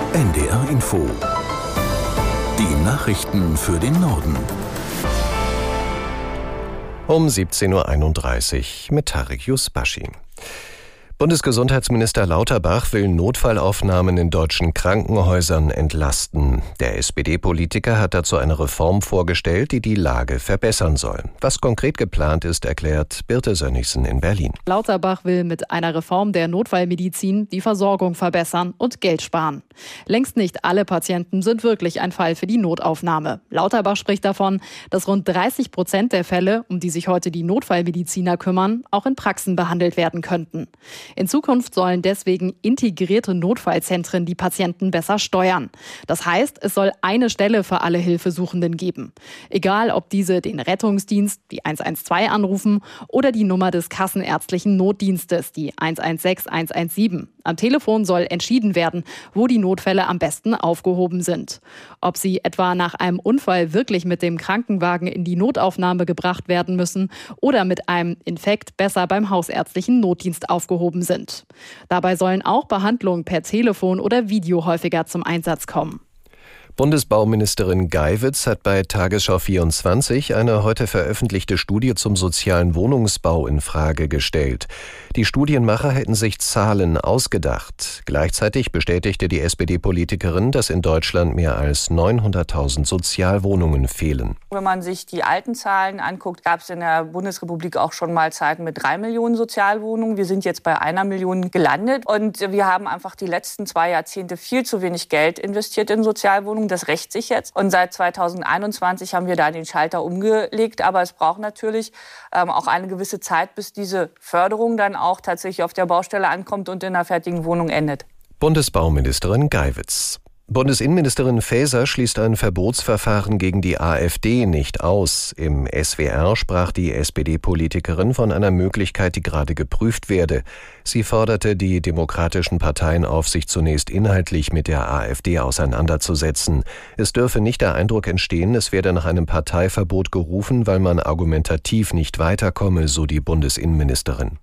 NDR Info. Die Nachrichten für den Norden. Um 17.31 Uhr mit Tarek Yusbashi. Bundesgesundheitsminister Lauterbach will Notfallaufnahmen in deutschen Krankenhäusern entlasten. Der SPD-Politiker hat dazu eine Reform vorgestellt, die die Lage verbessern soll. Was konkret geplant ist, erklärt Birte Sönnigsen in Berlin. Lauterbach will mit einer Reform der Notfallmedizin die Versorgung verbessern und Geld sparen. Längst nicht alle Patienten sind wirklich ein Fall für die Notaufnahme. Lauterbach spricht davon, dass rund 30% der Fälle, um die sich heute die Notfallmediziner kümmern, auch in Praxen behandelt werden könnten. In Zukunft sollen deswegen integrierte Notfallzentren die Patienten besser steuern. Das heißt, es soll eine Stelle für alle Hilfesuchenden geben. Egal, ob diese den Rettungsdienst, die 112 anrufen oder die Nummer des kassenärztlichen Notdienstes, die 116 117. Am Telefon soll entschieden werden, wo die Notfälle am besten aufgehoben sind. Ob sie etwa nach einem Unfall wirklich mit dem Krankenwagen in die Notaufnahme gebracht werden müssen oder mit einem Infekt besser beim hausärztlichen Notdienst aufgehoben sind. Dabei sollen auch Behandlungen per Telefon oder Video häufiger zum Einsatz kommen. Bundesbauministerin Geiwitz hat bei Tagesschau 24 eine heute veröffentlichte Studie zum sozialen Wohnungsbau in Frage gestellt. Die Studienmacher hätten sich Zahlen ausgedacht. Gleichzeitig bestätigte die SPD-Politikerin, dass in Deutschland mehr als 900.000 Sozialwohnungen fehlen. Wenn man sich die alten Zahlen anguckt, gab es in der Bundesrepublik auch schon mal Zeiten mit 3 Millionen Sozialwohnungen. Wir sind jetzt bei 1 Million gelandet. Und wir haben einfach die letzten 2 Jahrzehnte viel zu wenig Geld investiert in Sozialwohnungen. Das rächt sich jetzt. Und seit 2021 haben wir da den Schalter umgelegt. Aber es braucht natürlich auch eine gewisse Zeit, bis diese Förderung dann auch tatsächlich auf der Baustelle ankommt und in einer fertigen Wohnung endet. Bundesbauministerin Geiwitz. Bundesinnenministerin Faeser schließt ein Verbotsverfahren gegen die AfD nicht aus. Im SWR sprach die SPD-Politikerin von einer Möglichkeit, die gerade geprüft werde. Sie forderte die demokratischen Parteien auf, sich zunächst inhaltlich mit der AfD auseinanderzusetzen. Es dürfe nicht der Eindruck entstehen, es werde nach einem Parteiverbot gerufen, weil man argumentativ nicht weiterkomme, so die Bundesinnenministerin.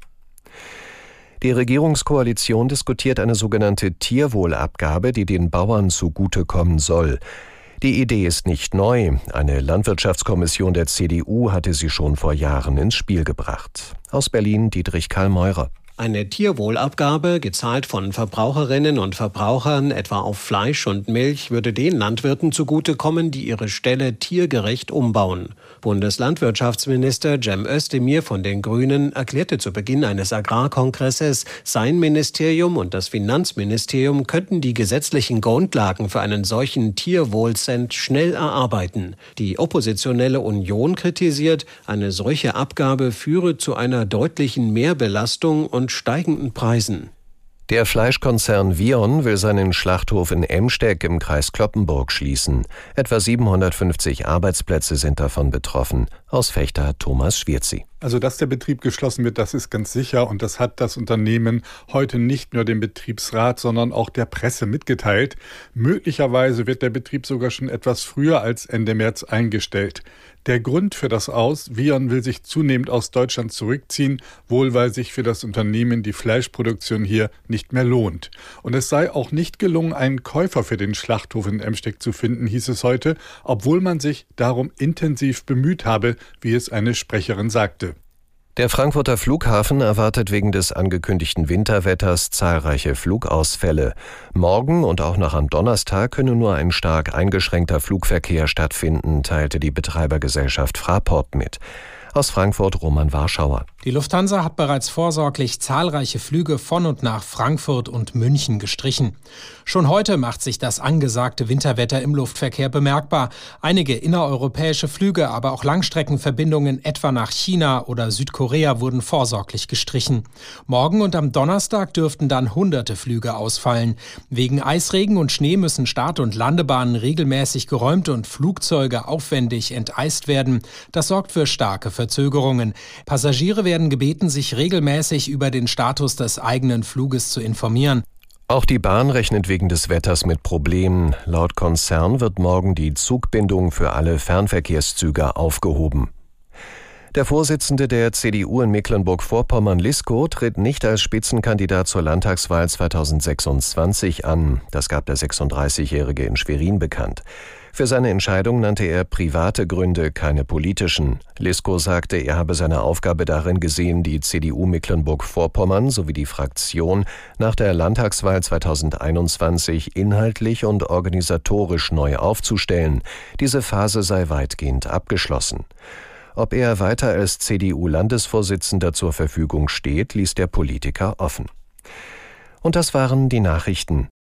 Die Regierungskoalition diskutiert eine sogenannte Tierwohlabgabe, die den Bauern zugutekommen soll. Die Idee ist nicht neu. Eine Landwirtschaftskommission der CDU hatte sie schon vor Jahren ins Spiel gebracht. Aus Berlin Dietrich Karl Meurer. Eine Tierwohlabgabe, gezahlt von Verbraucherinnen und Verbrauchern, etwa auf Fleisch und Milch, würde den Landwirten zugutekommen, die ihre Ställe tiergerecht umbauen. Bundeslandwirtschaftsminister Cem Özdemir von den Grünen erklärte zu Beginn eines Agrarkongresses, sein Ministerium und das Finanzministerium könnten die gesetzlichen Grundlagen für einen solchen Tierwohlcent schnell erarbeiten. Die oppositionelle Union kritisiert, eine solche Abgabe führe zu einer deutlichen Mehrbelastung und steigenden Preisen. Der Fleischkonzern Vion will seinen Schlachthof in Emsteck im Kreis Cloppenburg schließen. Etwa 750 Arbeitsplätze sind davon betroffen. Aus Vechta Thomas Schwierzi. Also, dass der Betrieb geschlossen wird, das ist ganz sicher. Und das hat das Unternehmen heute nicht nur dem Betriebsrat, sondern auch der Presse mitgeteilt. Möglicherweise wird der Betrieb sogar schon etwas früher als Ende März eingestellt. Der Grund für das Aus: Vion will sich zunehmend aus Deutschland zurückziehen, wohl weil sich für das Unternehmen die Fleischproduktion hier nicht mehr lohnt. Und es sei auch nicht gelungen, einen Käufer für den Schlachthof in Emsteck zu finden, hieß es heute, obwohl man sich darum intensiv bemüht habe, wie es eine Sprecherin sagte. Der Frankfurter Flughafen erwartet wegen des angekündigten Winterwetters zahlreiche Flugausfälle. Morgen und auch noch am Donnerstag könne nur ein stark eingeschränkter Flugverkehr stattfinden, teilte die Betreibergesellschaft Fraport mit. Aus Frankfurt Roman Warschauer. Die Lufthansa hat bereits vorsorglich zahlreiche Flüge von und nach Frankfurt und München gestrichen. Schon heute macht sich das angesagte Winterwetter im Luftverkehr bemerkbar. Einige innereuropäische Flüge, aber auch Langstreckenverbindungen etwa nach China oder Südkorea wurden vorsorglich gestrichen. Morgen und am Donnerstag dürften dann hunderte Flüge ausfallen. Wegen Eisregen und Schnee müssen Start- und Landebahnen regelmäßig geräumt und Flugzeuge aufwendig enteist werden. Das sorgt für starke Verzögerungen. Passagiere werden gebeten, sich regelmäßig über den Status des eigenen Fluges zu informieren. Auch die Bahn rechnet wegen des Wetters mit Problemen. Laut Konzern wird morgen die Zugbindung für alle Fernverkehrszüge aufgehoben. Der Vorsitzende der CDU in Mecklenburg-Vorpommern, Liskow, tritt nicht als Spitzenkandidat zur Landtagswahl 2026 an. Das gab der 36-Jährige in Schwerin bekannt. Für seine Entscheidung nannte er private Gründe, keine politischen. Liskow sagte, er habe seine Aufgabe darin gesehen, die CDU Mecklenburg-Vorpommern sowie die Fraktion nach der Landtagswahl 2021 inhaltlich und organisatorisch neu aufzustellen. Diese Phase sei weitgehend abgeschlossen. Ob er weiter als CDU-Landesvorsitzender zur Verfügung steht, ließ der Politiker offen. Und das waren die Nachrichten.